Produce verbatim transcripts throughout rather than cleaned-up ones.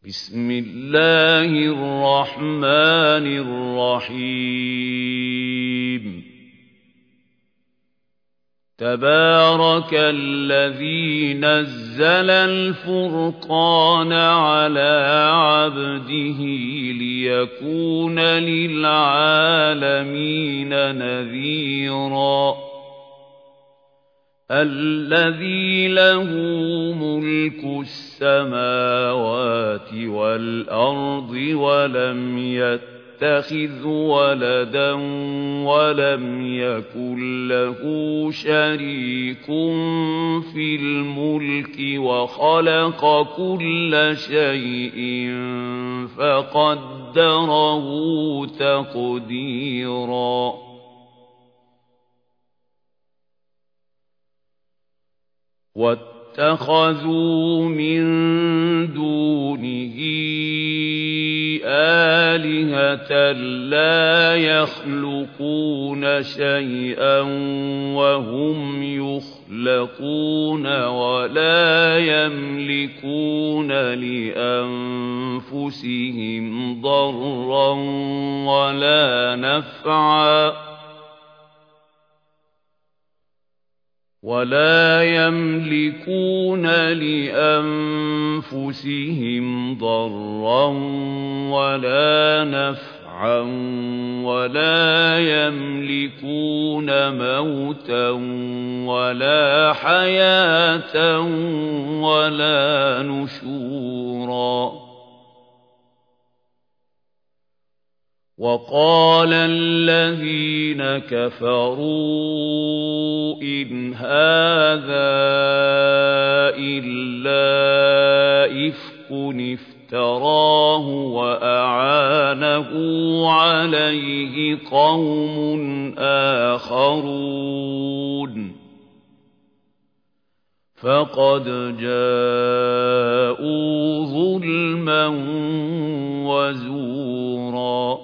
بسم الله الرحمن الرحيم تبارك الذي نزل الفرقان على عبده ليكون للعالمين نذيرا الذي له ملك السماوات والأرض ولم يتخذ ولدا ولم يكن له شريك في الملك وخلق كل شيء فقدره تقديرا واتخذوا من دونه آلهة لا يخلقون شيئا وهم يخلقون ولا يملكون لأنفسهم ضرا ولا نفعا ولا يملكون لأنفسهم ضرا ولا نفعا ولا يملكون موتا ولا حياة ولا نشورا وقال الذين كفروا إن هذا إلا إفك افتراه وأعانه عليه قوم آخرون فقد جاءوا ظلما وزورا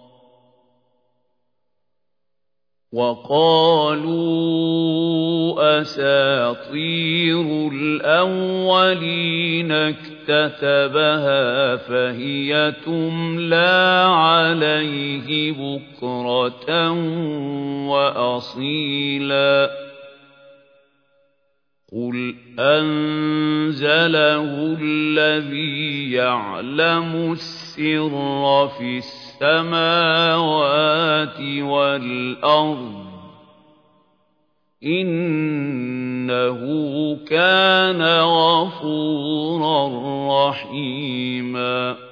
وقالوا أساطير الأولين اكتتبها فهي تملى عليه بكرة وأصيلا قل أنزله الذي يعلم السر في السماء السماوات والأرض إنه كان غفورا رحيما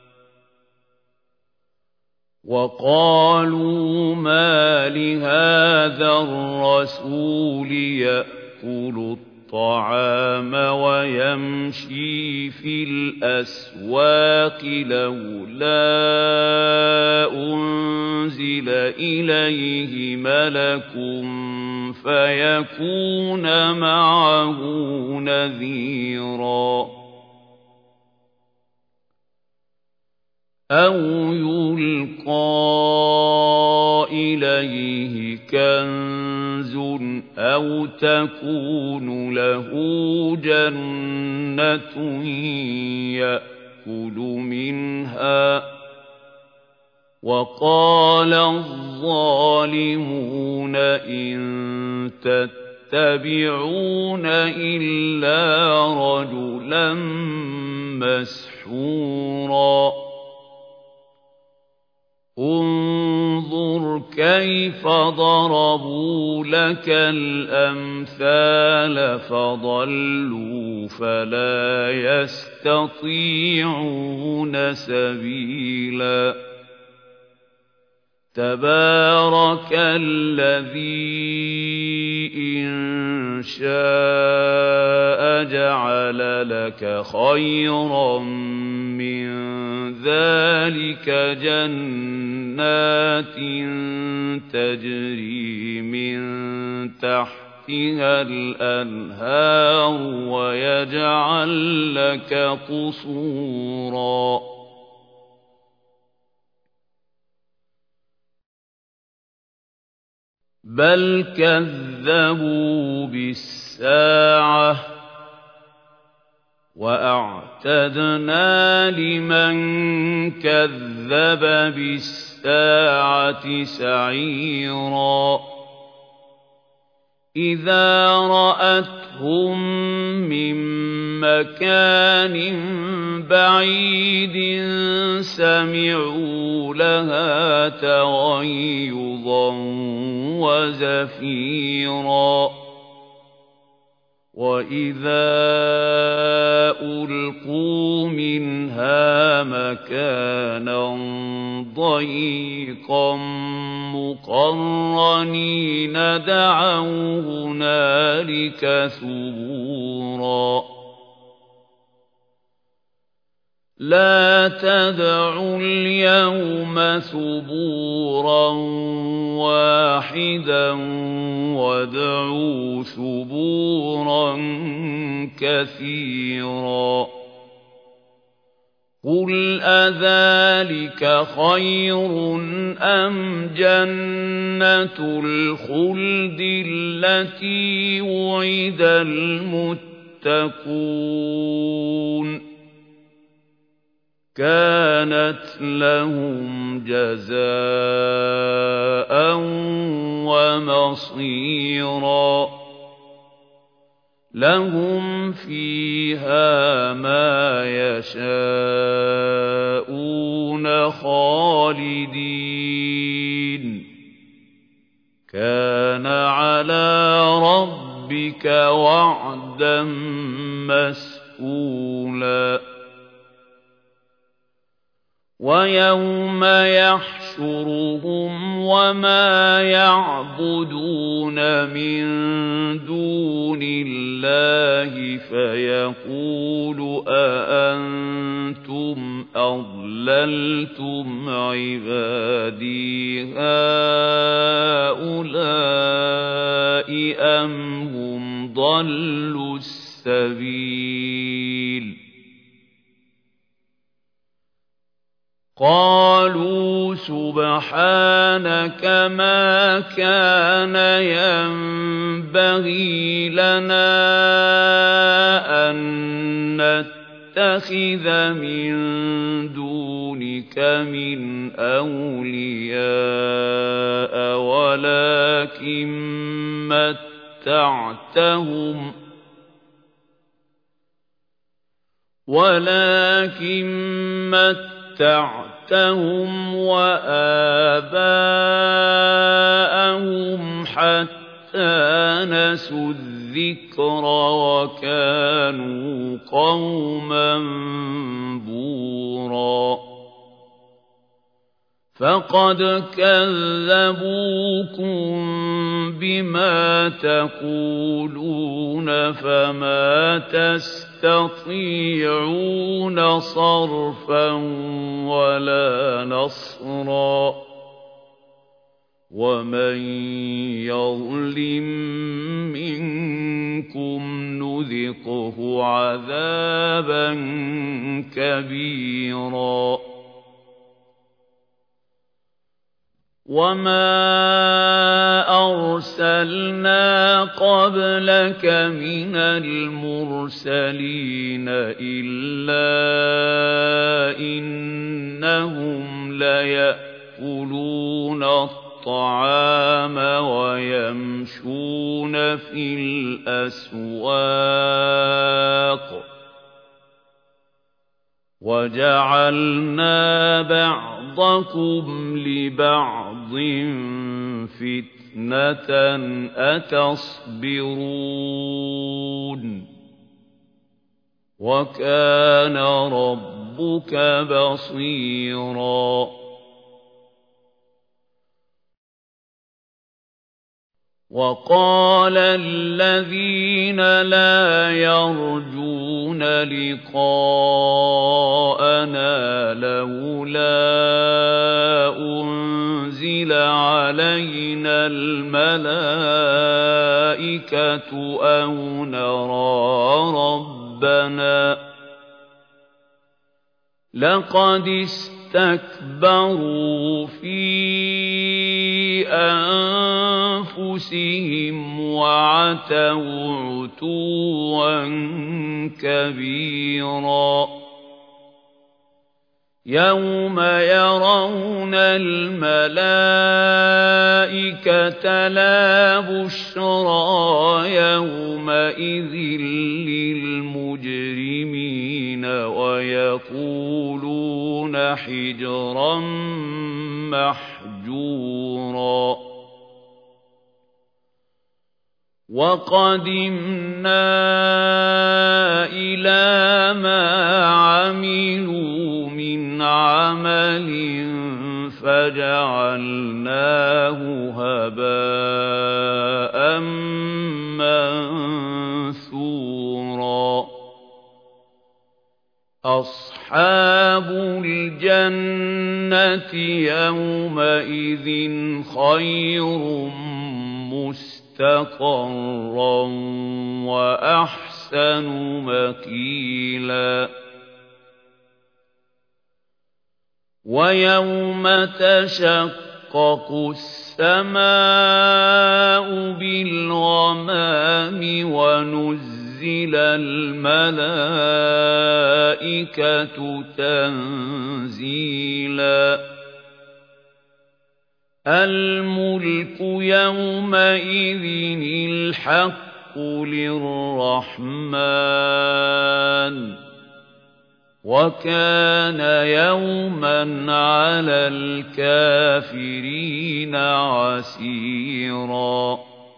وقالوا ما لهذا الرسول يأكل الطعام ويمشي في الأسواق لولا أنزل إليه ملك فيكون معه نذيرا أو يلقى إليه كنز أو تكون له جنة يأكل منها وقال الظالمون إن تتبعون إلا رجلا مسحورا انظر كيف ضربوا لك الأمثال فضلوا فلا يستطيعون سبيلا تبارك الذي إن شاء جعل لك خيرا من ذلك جنات تجري من تحتها الأنهار ويجعل لك قصورا بل كذبوا بالساعة وَأَعْتَدْنَا لِمَن كَذَّبَ بِالسَّاعَةِ سَعِيرًا إِذَا رَأَتْهُم مِّن مَّكَانٍ بَعِيدٍ سَمِعُوا لَهَا تَغَيُّظًا وَزَفِيرًا وَإِذَا أُلْقُوا مِنْهَا مَكَانًا ضَيِّقًا مُقَرَّنِينَ دَعَوْا هُنَالِكَ ثُبُورًا لَا تَدْعُوا الْيَوْمَ ثُبُورًا وَاحِدًا وَادْعُوا ثُبُورًا كَثِيرًا قُلْ أَذَلِكَ خَيْرٌ أَمْ جَنَّةُ الْخُلْدِ الَّتِي وُعِدَ الْمُتَّقُونَ كَانَتْ لَهُمْ جَزَاءً وَمَصِيرًا لَهُمْ فِيهَا مَا يَشَاءُونَ خَالِدِينَ كَانَ عَلَى رَبِّكَ وَعْدًا مَّسْئُولًا وَيَوْمَ يَحْشُرُهُمْ وَمَا يَعْبُدُونَ مِن دُونِ اللَّهِ فَيَقُولُ أَأَنتُمْ أَضْلَلْتُمْ عِبَادِي هَٰؤُلَاءِ أَمْ هُمْ ضَلُّوا السَّبِيلَ قَالُوا سُبْحَانَكَ مَا كَانَ يَنبَغِي لَنَا أَن نَّتَّخِذَ مِن دُونِكَ مِنْ أَوْلِيَاءَ وَلَٰكِن مَّتَّعْتَهُمْ وَلَٰكِن مَّتَّعْتَهُمْ وَآبَاءَهُمْ حَتَّىٰ نَسُوا الذِّكْرَ وَكَانُوا قَوْمًا بُورًا فَقَدْ كَذَّبُوكُم بِمَا تَقُولُونَ فَمَا تَسْتَطِيعُونَ صَرْفًا وَلَا نَصْرًا وَمَن يَظْلِم مِّنكُمْ نُذِقْهُ عَذَابًا كَبِيرًا وَمَا أَرْسَلْنَا قَبْلَكَ مِنَ الْمُرْسَلِينَ إِلَّا إِنَّهُمْ لَيَأْكُلُونَ الطَّعَامَ وَيَمْشُونَ فِي الْأَسْوَاقِ وَجَعَلْنَا بَعْضَكُمْ لِبَعْضٍ فِتْنَةً أَتَصْبِرُونَ وَكَانَ رَبُّكَ بَصِيرًا وَقَالَ الَّذِينَ لَا يَرْجُونَ لِقَاءَنَا لَوْلَا أُنزِلَ عَلَيْنَا الْمَلَائِكَةُ أَوْ نَرَىٰ رَبَّنَا لَقَدِ اسْتَكْبَرُوا فِي أَنفُسِهِمْ أنفسهم وعتوا عتوا كبيرا يوم يرون الملائكة لا بشرى يومئذ للمجرمين ويقولون حجرا محجورا وقدمنا إلى ما عملوا من عمل فجعلناه هباء منثورا أصحاب الجنة يومئذ خير مستقرا وأحسن مقيلا ويوم تشقق السماء بالغمام ونزل الملائكة تنزيلا الملك يومئذ الحق للرحمن وكان يوما على الكافرين عسيرا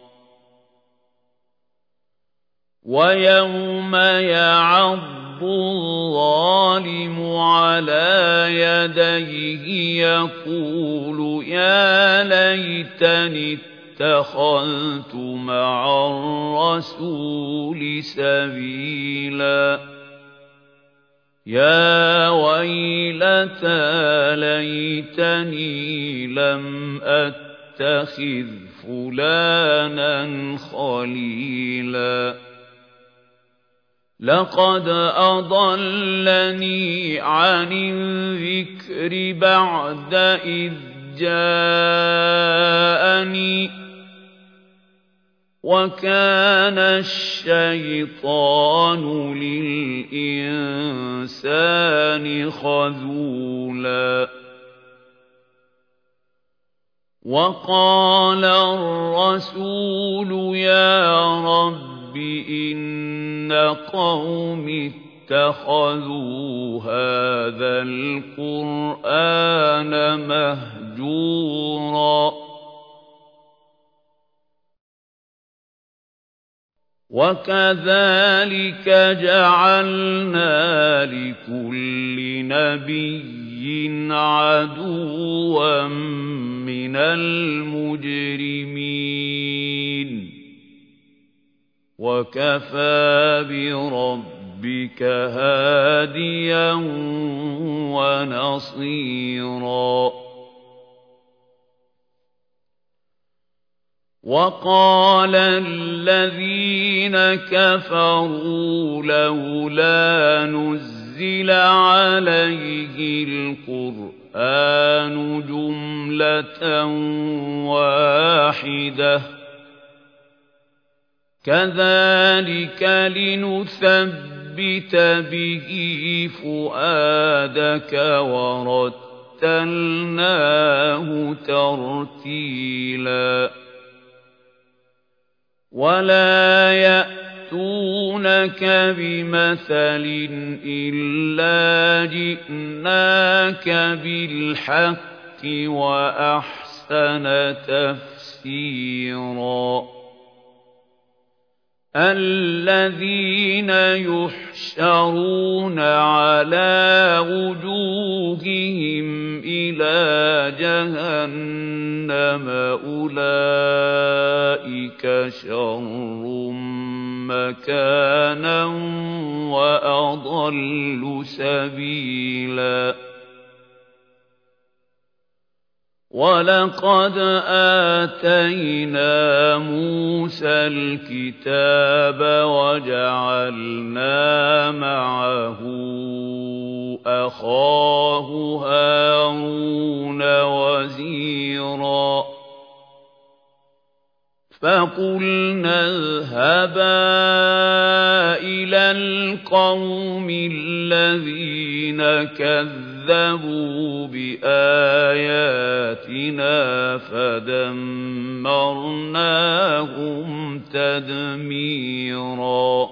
ويوم يعض الظالم على يديه يقول يا ليتني اتخذت مع الرسول سبيلا يا ويلتى ليتني لم أتخذ فلانا خليلا لقد أضلني عن الذكر بعد إذ جاءني وكان الشيطان للإنسان خذولا وقال الرسول يا رب إن قوم اتخذوا هذا القرآن مهجورا وكذلك جعلنا لكل نبي عدوا من المجرمين وكفى بربك هاديا ونصيرا وقال الذين كفروا لولا نزل عليه القرآن جملة واحدة كذلك لنثبت به فؤادك ورتلناه ترتيلا ولا يأتونك بمثل إلا جئناك بالحق وأحسن تفسيرا الذين يحشرون على وجوههم إلى جهنم أولئك شر مكانا وأضل سبيلا ولقد آتينا موسى الكتاب وجعلنا معه أخاه هارون وزيرا فَقُلْنَا اذْهَبَا إِلَى الْقَوْمِ الَّذِينَ كَذَّبُوا بِآيَاتِنَا فَدَمَّرْنَاهُمْ تَدْمِيرًا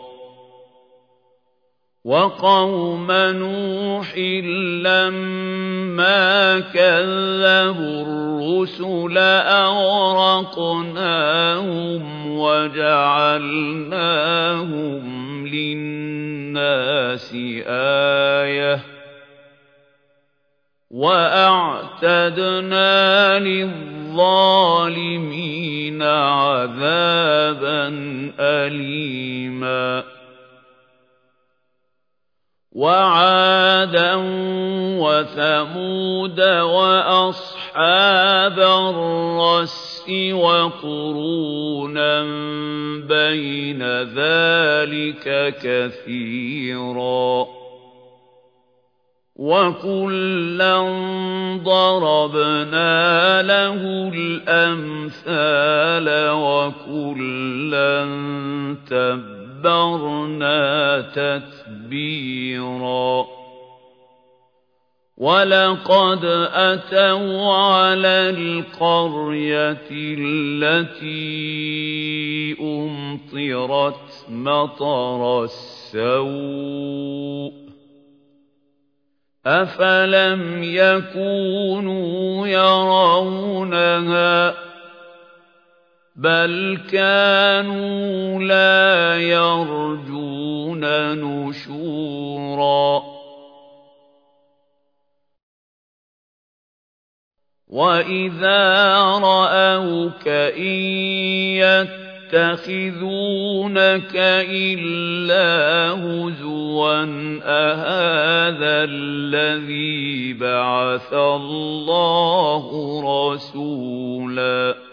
وَقَوْمَ نُوحٍ لَّمَّا كَذَّبُوا الرُّسُلَ أَغْرَقْنَاهُمْ وَجَعَلْنَاهُمْ لِلنَّاسِ آيَةً وَأَعْتَدْنَا لِلظَّالِمِينَ عَذَابًا أَلِيمًا وَعَادًا وَثَمُودَ وَأَصْحَابَ الرَّسِّ وَقُرُونًا بَيْنَ ذَلِكَ كَثِيرًا وَكُلًّا ضَرَبْنَا لَهُ الْأَمْثَالَ وَكُلًّا تَبَّرْنَا تَتْبِيرًا وَلَقَدْ أَتَوْا عَلَى الْقَرْيَةِ الَّتِي أُمْطِرَتْ مَطَرَ السَّوْءِ أَفَلَمْ يَكُونُوا يَرَوْنَهَا بَلْ كَانُوا لَا يَرْجُونَ نُشُورًا وَإِذَا رَأَوْكَ إِن يَتَّخِذُونَكَ إِلَّا هُزُوًا أَهَٰذَا الَّذِي بَعَثَ اللَّهُ رَسُولًا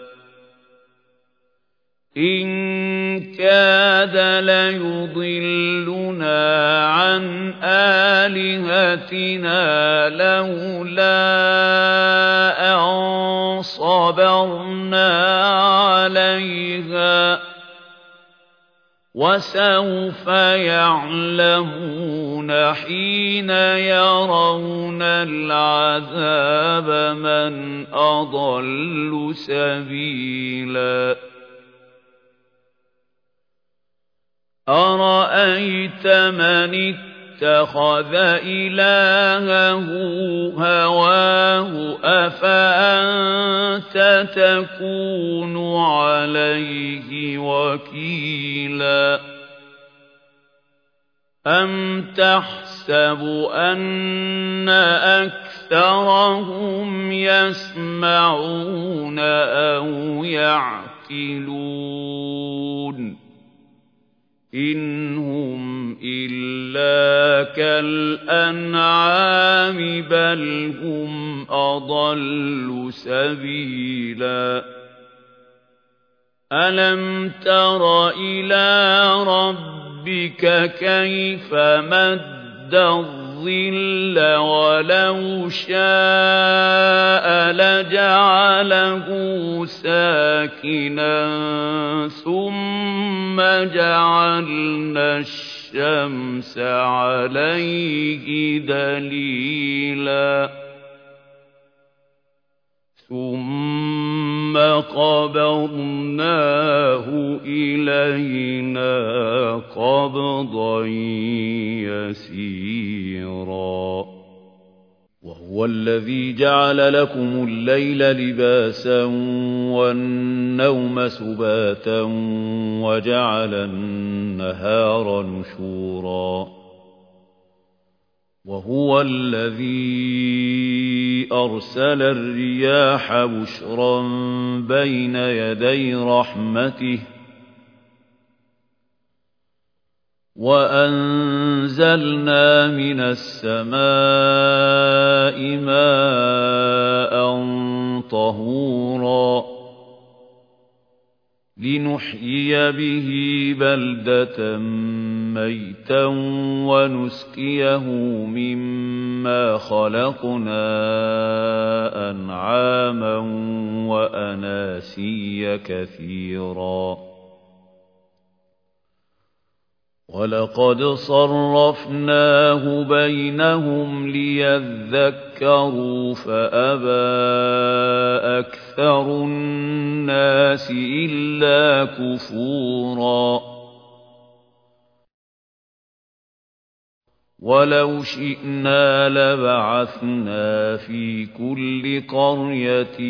إِن كَادَ لَيُضِلُّنَا عَنْ آلِهَتِنَا لَوْلَا أَن صَبَرْنَا عَلَيْهَا وَسَوْفَ يَعْلَمُونَ حِينَ يَرَوْنَ الْعَذَابَ مَنْ أَضَلُّ سَبِيلًا أَرَأَيْتَ مَنِ اتَّخَذَ إِلَٰهَهُ هَوَاهُ أَفَأَنتَ تَكُونُ عَلَيْهِ وَكِيلًا أَمْ تَحْسَبُ أَنَّ أَكْثَرَهُمْ يَسْمَعُونَ أَوْ يَعْقِلُونَ إِنْ هُمْ إِلَّا كَالْأَنْعَامِ بَلْ هُمْ أَضَلُّ سَبِيلًا أَلَمْ تَرَ إِلَى رَبِّكَ كَيْفَ مَدَّ الظِّلَّ وَلَوْ شَاءَ لَجَعَلَهُ سَاكِنًا ثُمَّ جَعَلْنَا الشَّمْسَ عَلَيْهِ دَلِيلًا ثُمَّ قَبَضْنَاهُ إِلَيْنَا قَبْضًا يَسِيرًا وَهُوَ الَّذِي جَعَلَ لَكُمُ اللَّيْلَ لِبَاسًا وَالنَّوْمَ سُبَاتًا وَجَعَلَ النَّهَارَ نُشُورًا وَهُوَ الَّذِي أَرْسَلَ الرِّيَاحَ بُشْرًا بَيْنَ يَدَيْ رَحْمَتِهِ وَأَنزَلْنَا مِنَ السَّمَاءِ مَاءً طَهُورًا لِنُحْيِيَ بِهِ بَلْدَةً مَيْتًا وَنُسْقِيَهُ مِمَّا مما خلقنا أنعاما وأناسيا كثيرا ولقد صرفناه بينهم ليذكروا فأبى أكثر الناس إلا كفورا ولو شئنا لبعثنا في كل قرية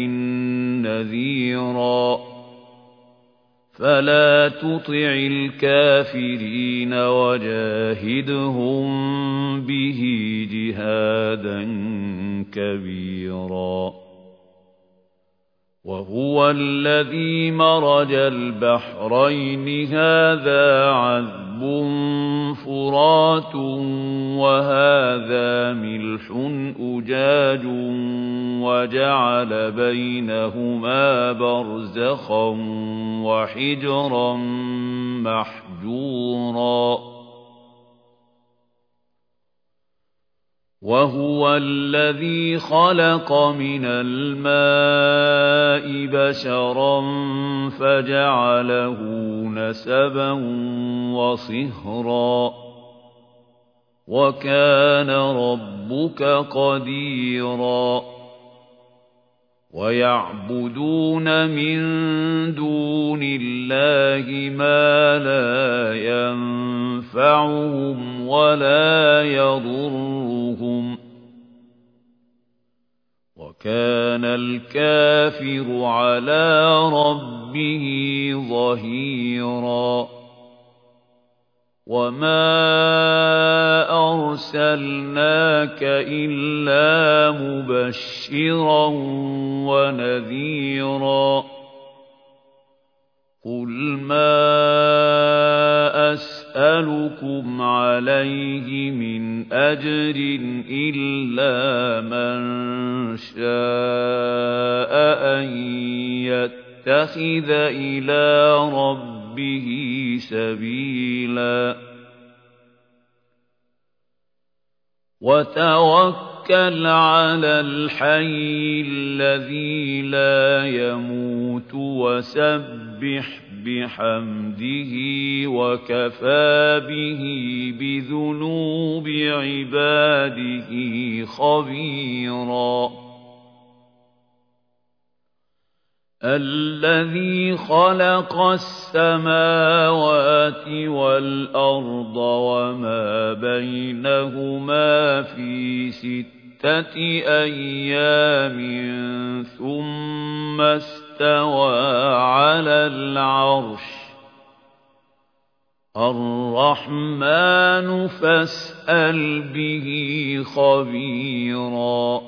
نذيرا فلا تطع الكافرين وجاهدهم به جهادا كبيرا وهو الذي مرج البحرين هذا عذب فرات وهذا ملح أجاج وجعل بينهما برزخا وحجرا محجورا وهو الذي خلق من الماء بشرا فجعله نسبا وصهرا وكان ربك قديرا ويعبدون من دون الله ما لا ينفعهم ولا يضرهم وكان الكافر على ربه ظهيرا وما أرسلناك إلا مبشرا ونذيرا قل ما أسألكم عليه من أجر إلا من شاء أن يتخذ إلى ربه به سبيلا وتوكل على الحي الذي لا يموت وسبح بحمده وكفى به بذنوب عباده خبيرا الذي خلق السماوات والأرض وما بينهما في ستة أيام ثم استوى على العرش الرحمن فاسأل به خبيرا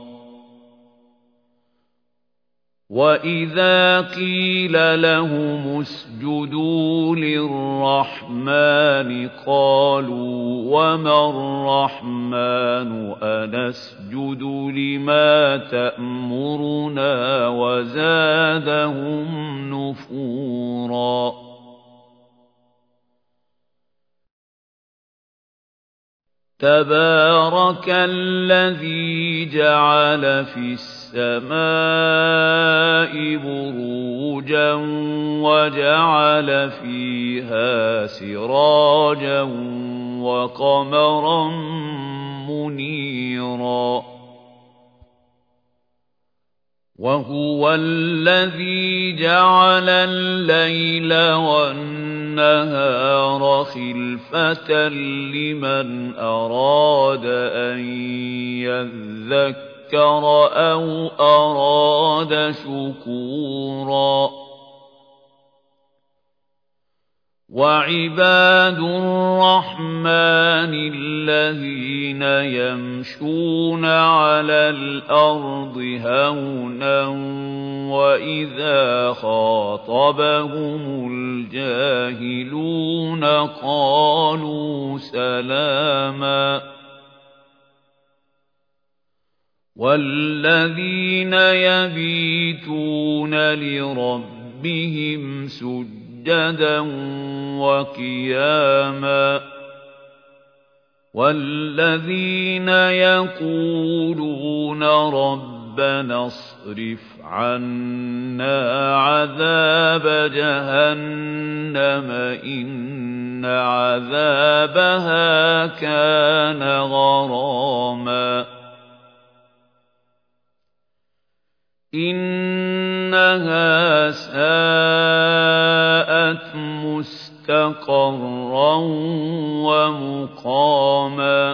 وَإِذَا قِيلَ لَهُمُ اسْجُدُوا لِلرَّحْمَنِ قَالُوا وَمَا الرَّحْمَنُ أَنَسْجُدُ لِمَا تَأْمُرُنَا وَزَادَهُمْ نُفُورًا تبارك الذي جعل في السماء بروجا وجعل فيها سراجا وقمرا منيرا وهو الذي جعل الليل والنهار خلفة لمن أراد أن يذكر أو أراد شكورا وعباد الرحمن الذين يمشون على الأرض هونا وإذا خاطبهم الجاهلون قالوا سلاما والذين يبيتون لربهم سجدا سجدا وقياما وَالَّذِينَ يَقُولُونَ رَبَّنَا اصْرِفْ عَنَّا عَذَابَ جَهَنَّمَ إِنَّ عَذَابَهَا كَانَ غَرَامًا إِنَّهَا سَاءَتْ مُسْتَقَرًّا وَمُقَامًا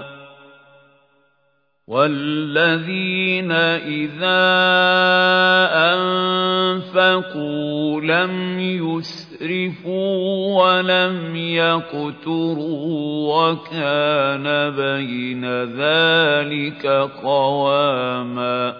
وَالَّذِينَ إِذَا أَنفَقُوا لَمْ يُسْرِفُوا وَلَمْ يَقْتُرُوا وَكَانَ بَيْنَ ذَلِكَ قَوَامًا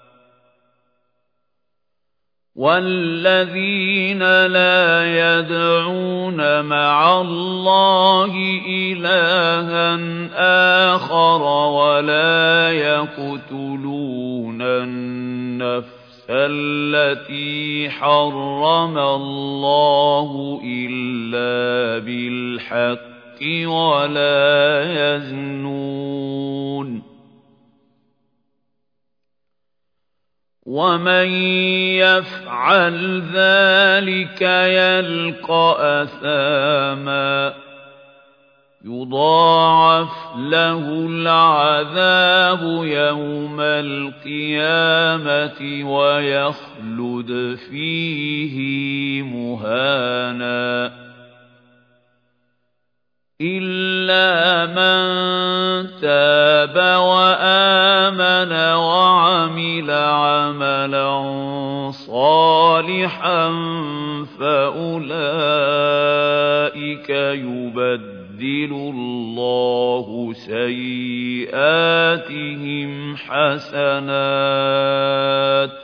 وَالَّذِينَ لَا يَدْعُونَ مَعَ اللَّهِ إِلَٰهًا آخَرَ وَلَا يَقْتُلُونَ النَّفْسَ الَّتِي حَرَّمَ اللَّهُ إِلَّا بِالْحَقِّ وَلَا يَزْنُونَ وَمَن يَفْعَلْ ذَلِكَ يَلْقَ أَثَامًا يُضَاعَفْ لَهُ الْعَذَابُ يَوْمَ الْقِيَامَةِ وَيَخْلُدْ فِيهِ مُهَانًا إِلَّا مَن تَابَ وَآمَنَ وَعَمِلَ عَمَلًا صَالِحًا فَأُولَئِكَ يُبَدِّلُ اللَّهُ سَيِّئَاتِهِمْ حَسَنَاتٍ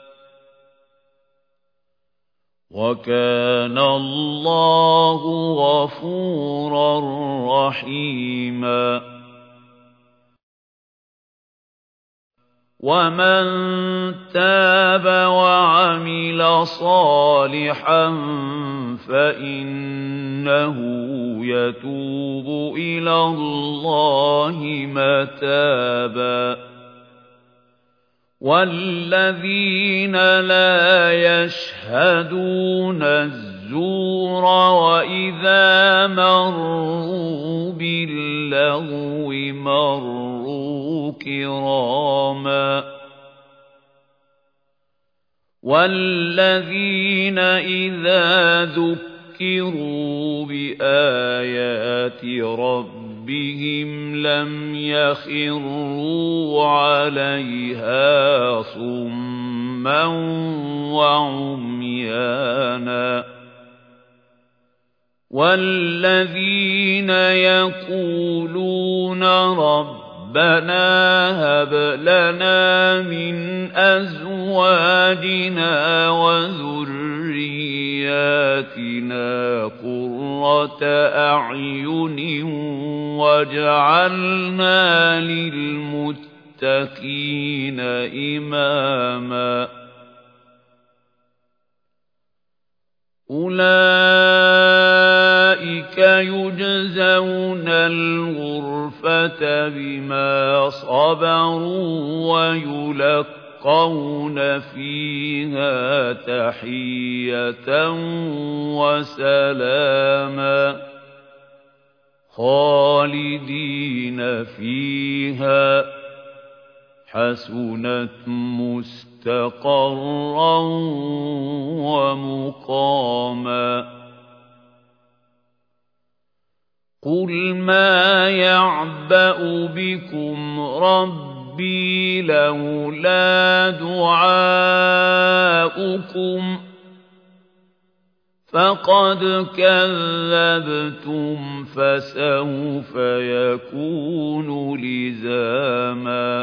وَكَانَ اللَّهُ غَفُورًا رَّحِيمًا وَمَن تَابَ وَعَمِلَ صَالِحًا فَإِنَّهُ يَتُوبُ إِلَى اللَّهِ مَتَابًا وَالَّذِينَ لَا يَشْهَدُونَ الزُّورَ وَإِذَا مَرُّوا بِاللَّغْوِ مَرُّوا كِرَامًا وَالَّذِينَ إِذَا ذُكِّرُوا بِآيَاتِ رَبِّهِمْ لَمْ يَخِرُّوا عَلَيْهَا صُمًّا وَعُمْيَانًا وَالَّذِينَ يَقُولُونَ رَبَّنَا هَبْ لَنَا مِنْ أَزْوَاجِنَا وَذُرِّيَّاتِنَا قُرَّةَ أَعْيُنٍ وَاجْعَلْنَا لِلْمُتَّقِينَ إِمَامًا أُولَئِكَ يُجْزَوْنَ الْغُرْفَةَ بِمَا صَبَرُوا وَيُلَقَّوْنَ فِيهَا تَحِيَّةً وَسَلَامًا خَالِدِينَ فِيهَا حَسُنَتْ مُسْتَقَرًّا وَمُقَامًا قُلْ مَا يَعْبَأُ بِكُمْ رَبِّي لَوْلَا دُعَاؤُكُمْ فَقَدْ كَذَّبْتُمْ فَسَوْفَ يَكُونُ لِزَامًا